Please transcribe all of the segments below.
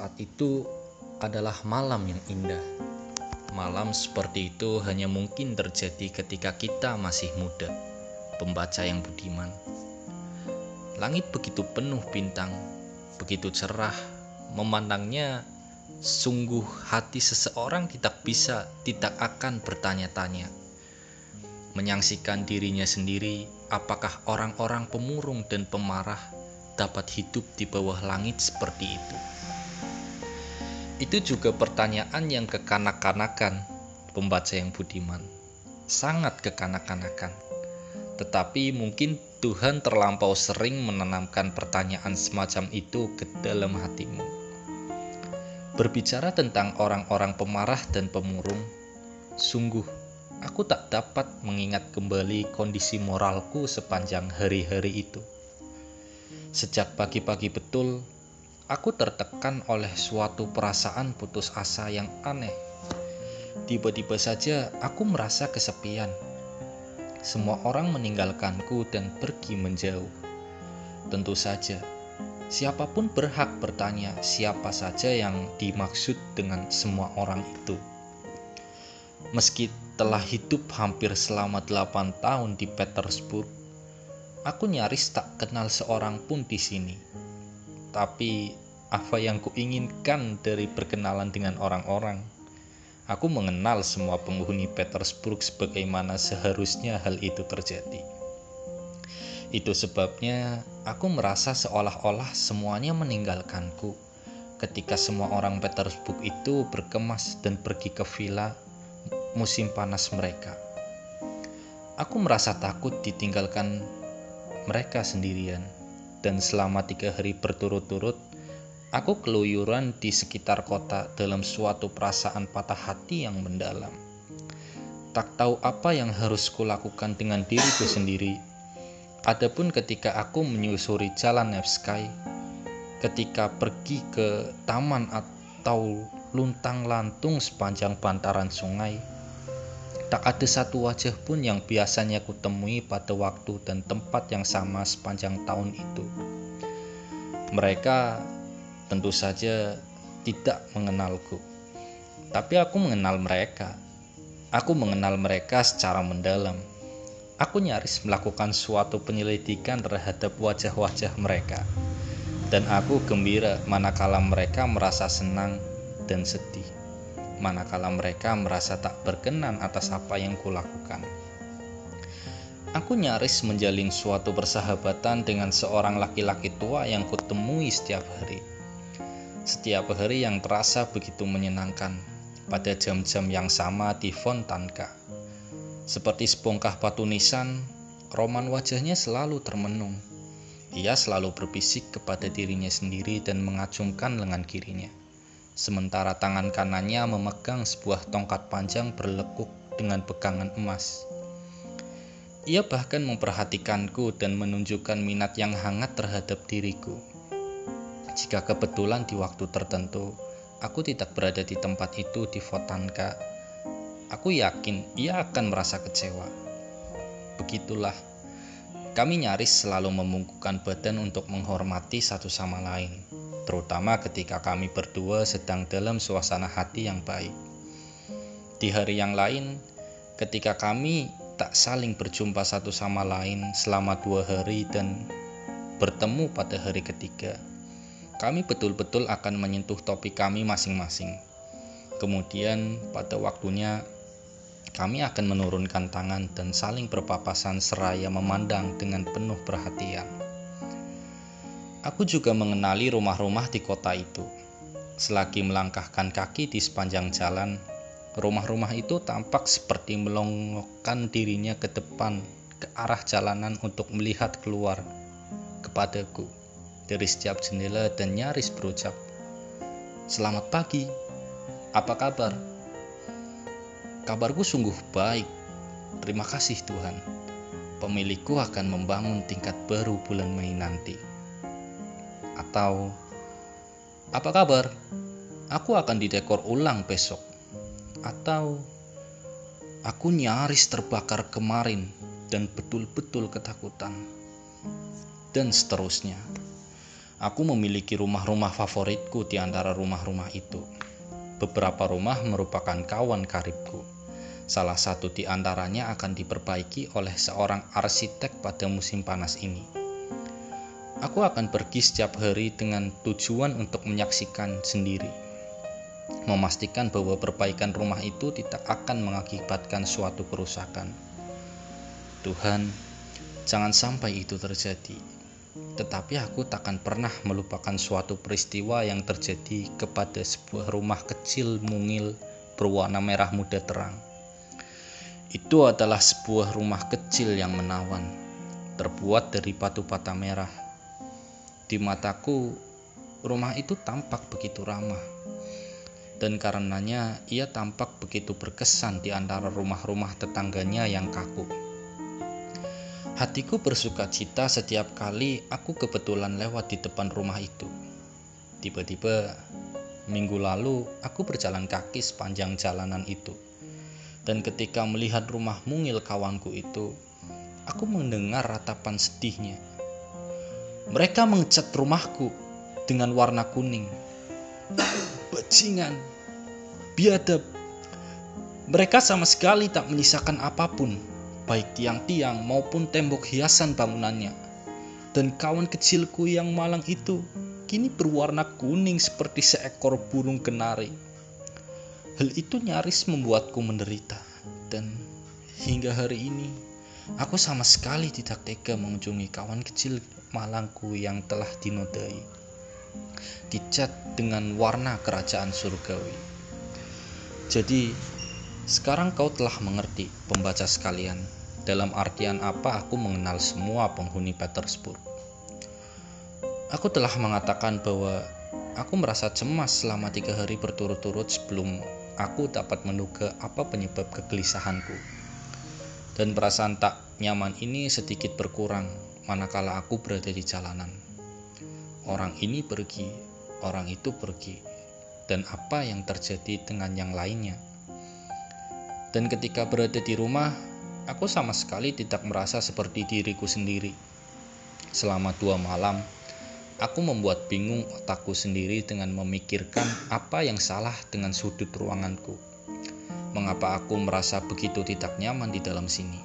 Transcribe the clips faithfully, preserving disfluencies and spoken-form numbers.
saat itu adalah malam yang indah. Malam seperti itu hanya mungkin terjadi ketika kita masih muda, pembaca yang budiman. Langit begitu penuh bintang, begitu cerah, memandangnya sungguh hati seseorang tidak bisa, tidak akan bertanya-tanya. Menyaksikan dirinya sendiri, apakah orang-orang pemurung dan pemarah dapat hidup di bawah langit seperti itu? Itu juga pertanyaan yang kekanak-kanakan, pembaca yang budiman. Sangat kekanak-kanakan. Tetapi mungkin Tuhan terlampau sering menanamkan pertanyaan semacam itu ke dalam hatimu. Berbicara tentang orang-orang pemarah dan pemurung, sungguh aku tak dapat mengingat kembali kondisi moralku sepanjang hari-hari itu. Sejak pagi-pagi betul, aku tertekan oleh suatu perasaan putus asa yang aneh. Tiba-tiba saja aku merasa kesepian. Semua orang meninggalkanku dan pergi menjauh. Tentu saja, siapapun berhak bertanya siapa saja yang dimaksud dengan semua orang itu. Meski telah hidup hampir selama delapan tahun di Petersburg, aku nyaris tak kenal seorang pun di sini. Tapi apa yang kuinginkan dari perkenalan dengan orang-orang? Aku mengenal semua penghuni Petersburg sebagaimana seharusnya hal itu terjadi. Itu sebabnya aku merasa seolah-olah semuanya meninggalkanku ketika semua orang Petersburg itu berkemas dan pergi ke villa musim panas mereka. Aku merasa takut ditinggalkan mereka sendirian, dan selama tiga hari berturut-turut aku keluyuran di sekitar kota dalam suatu perasaan patah hati yang mendalam. Tak tahu apa yang harus kulakukan dengan diriku sendiri. Adapun ketika aku menyusuri jalan Nevsky, ketika pergi ke taman atau luntang-lantung sepanjang bantaran sungai, tak ada satu wajah pun yang biasanya kutemui pada waktu dan tempat yang sama sepanjang tahun itu. Mereka tentu saja tidak mengenalku, tapi aku mengenal mereka. Aku mengenal mereka secara mendalam. Aku nyaris melakukan suatu penyelidikan terhadap wajah-wajah mereka, dan aku gembira manakala mereka merasa senang dan sedih, manakala mereka merasa tak berkenan atas apa yang kulakukan. Aku nyaris menjalin suatu persahabatan dengan seorang laki-laki tua yang kutemui setiap hari. Setiap hari yang terasa begitu menyenangkan pada jam-jam yang sama di Fontanka. Seperti sebongkah batu nisan, roman wajahnya selalu termenung. Ia selalu berbisik kepada dirinya sendiri dan mengacungkan lengan kirinya, sementara tangan kanannya memegang sebuah tongkat panjang berlekuk dengan pegangan emas. Ia bahkan memperhatikanku dan menunjukkan minat yang hangat terhadap diriku. Jika kebetulan di waktu tertentu aku tidak berada di tempat itu di Fontanka, aku yakin ia akan merasa kecewa. Begitulah, kami nyaris selalu membungkukkan badan untuk menghormati satu sama lain, terutama ketika kami berdua sedang dalam suasana hati yang baik. Di hari yang lain, ketika kami tak saling berjumpa satu sama lain selama dua hari dan bertemu pada hari ketiga, kami betul-betul akan menyentuh topi kami masing-masing. Kemudian pada waktunya kami akan menurunkan tangan dan saling berpapasan seraya memandang dengan penuh perhatian. Aku juga mengenali rumah-rumah di kota itu. Selagi melangkahkan kaki di sepanjang jalan, rumah-rumah itu tampak seperti melongokkan dirinya ke depan, ke arah jalanan untuk melihat keluar kepadaku dari setiap jendela dan nyaris berucap, "Selamat pagi, apa kabar?" Kabarku sungguh baik, terima kasih Tuhan. Pemilikku akan membangun tingkat baru bulan Mei nanti. Atau, apa kabar? Aku akan didekor ulang besok. Atau, aku nyaris terbakar kemarin dan betul-betul ketakutan. Dan seterusnya. Aku memiliki rumah-rumah favoritku di antara rumah-rumah itu. Beberapa rumah merupakan kawan karibku. Salah satu di antaranya akan diperbaiki oleh seorang arsitek pada musim panas ini. Aku akan pergi setiap hari dengan tujuan untuk menyaksikan sendiri, memastikan bahwa perbaikan rumah itu tidak akan mengakibatkan suatu kerusakan. Tuhan, jangan sampai itu terjadi. Tetapi aku takkan pernah melupakan suatu peristiwa yang terjadi kepada sebuah rumah kecil mungil berwarna merah muda terang. Itu adalah sebuah rumah kecil yang menawan, terbuat dari batu bata merah. Di mataku, rumah itu tampak begitu ramah, dan karenanya ia tampak begitu berkesan di antara rumah-rumah tetangganya yang kaku. Hatiku bersuka cita setiap kali aku kebetulan lewat di depan rumah itu. Tiba-tiba, minggu lalu aku berjalan kaki sepanjang jalanan itu. Dan ketika melihat rumah mungil kawanku itu, aku mendengar ratapan sedihnya. Mereka mengecat rumahku dengan warna kuning. Bajingan, biadab. Mereka sama sekali tak menyisakan apapun, baik tiang-tiang maupun tembok hiasan bangunannya. Dan kawan kecilku yang malang itu kini berwarna kuning seperti seekor burung kenari. Hal itu nyaris membuatku menderita, dan hingga hari ini aku sama sekali tidak tega mengunjungi kawan kecil malangku yang telah dinodai, dicat dengan warna kerajaan surgawi. Jadi, sekarang kau telah mengerti, pembaca sekalian, dalam artian apa aku mengenal semua penghuni Petersburg. Aku telah mengatakan bahwa aku merasa cemas selama tiga hari berturut-turut sebelum aku dapat menduga apa penyebab kegelisahanku. Dan perasaan tak nyaman ini sedikit berkurang manakala aku berada di jalanan. Orang ini pergi, orang itu pergi, dan apa yang terjadi dengan yang lainnya. Dan ketika berada di rumah, aku sama sekali tidak merasa seperti diriku sendiri. Selama dua malam, aku membuat bingung otakku sendiri dengan memikirkan apa yang salah dengan sudut ruanganku. Mengapa aku merasa begitu tidak nyaman di dalam sini?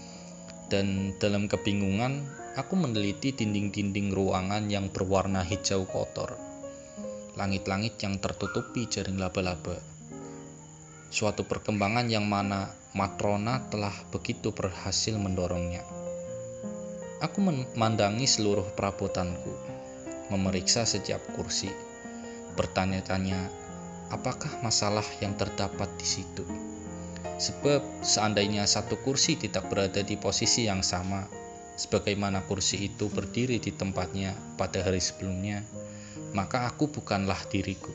Dan dalam kebingungan, aku meneliti dinding-dinding ruangan yang berwarna hijau kotor. Langit-langit yang tertutupi jaring laba-laba. Suatu perkembangan yang mana Matrona telah begitu berhasil mendorongnya. Aku memandangi seluruh perabotanku, memeriksa setiap kursi, bertanya-tanya apakah masalah yang terdapat di situ. Sebab seandainya satu kursi tidak berada di posisi yang sama, sebagaimana kursi itu berdiri di tempatnya pada hari sebelumnya, maka aku bukanlah diriku.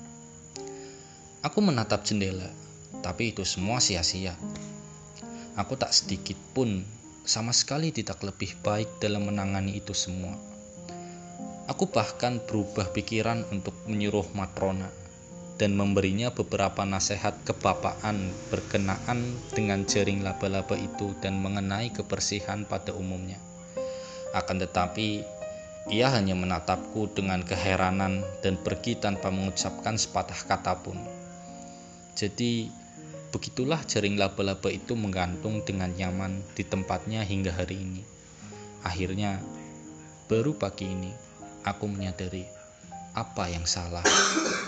Aku menatap jendela, tapi itu semua sia-sia. Aku tak sedikit pun sama sekali tidak lebih baik dalam menangani itu semua. Aku bahkan berubah pikiran untuk menyuruh Matrona dan memberinya beberapa nasihat kebapaan berkenaan dengan jaring laba-laba itu dan mengenai kebersihan pada umumnya. Akan tetapi, ia hanya menatapku dengan keheranan dan pergi tanpa mengucapkan sepatah kata pun. Jadi, begitulah jaring laba-laba itu menggantung dengan nyaman di tempatnya hingga hari ini. Akhirnya, baru pagi ini, aku menyadari apa yang salah.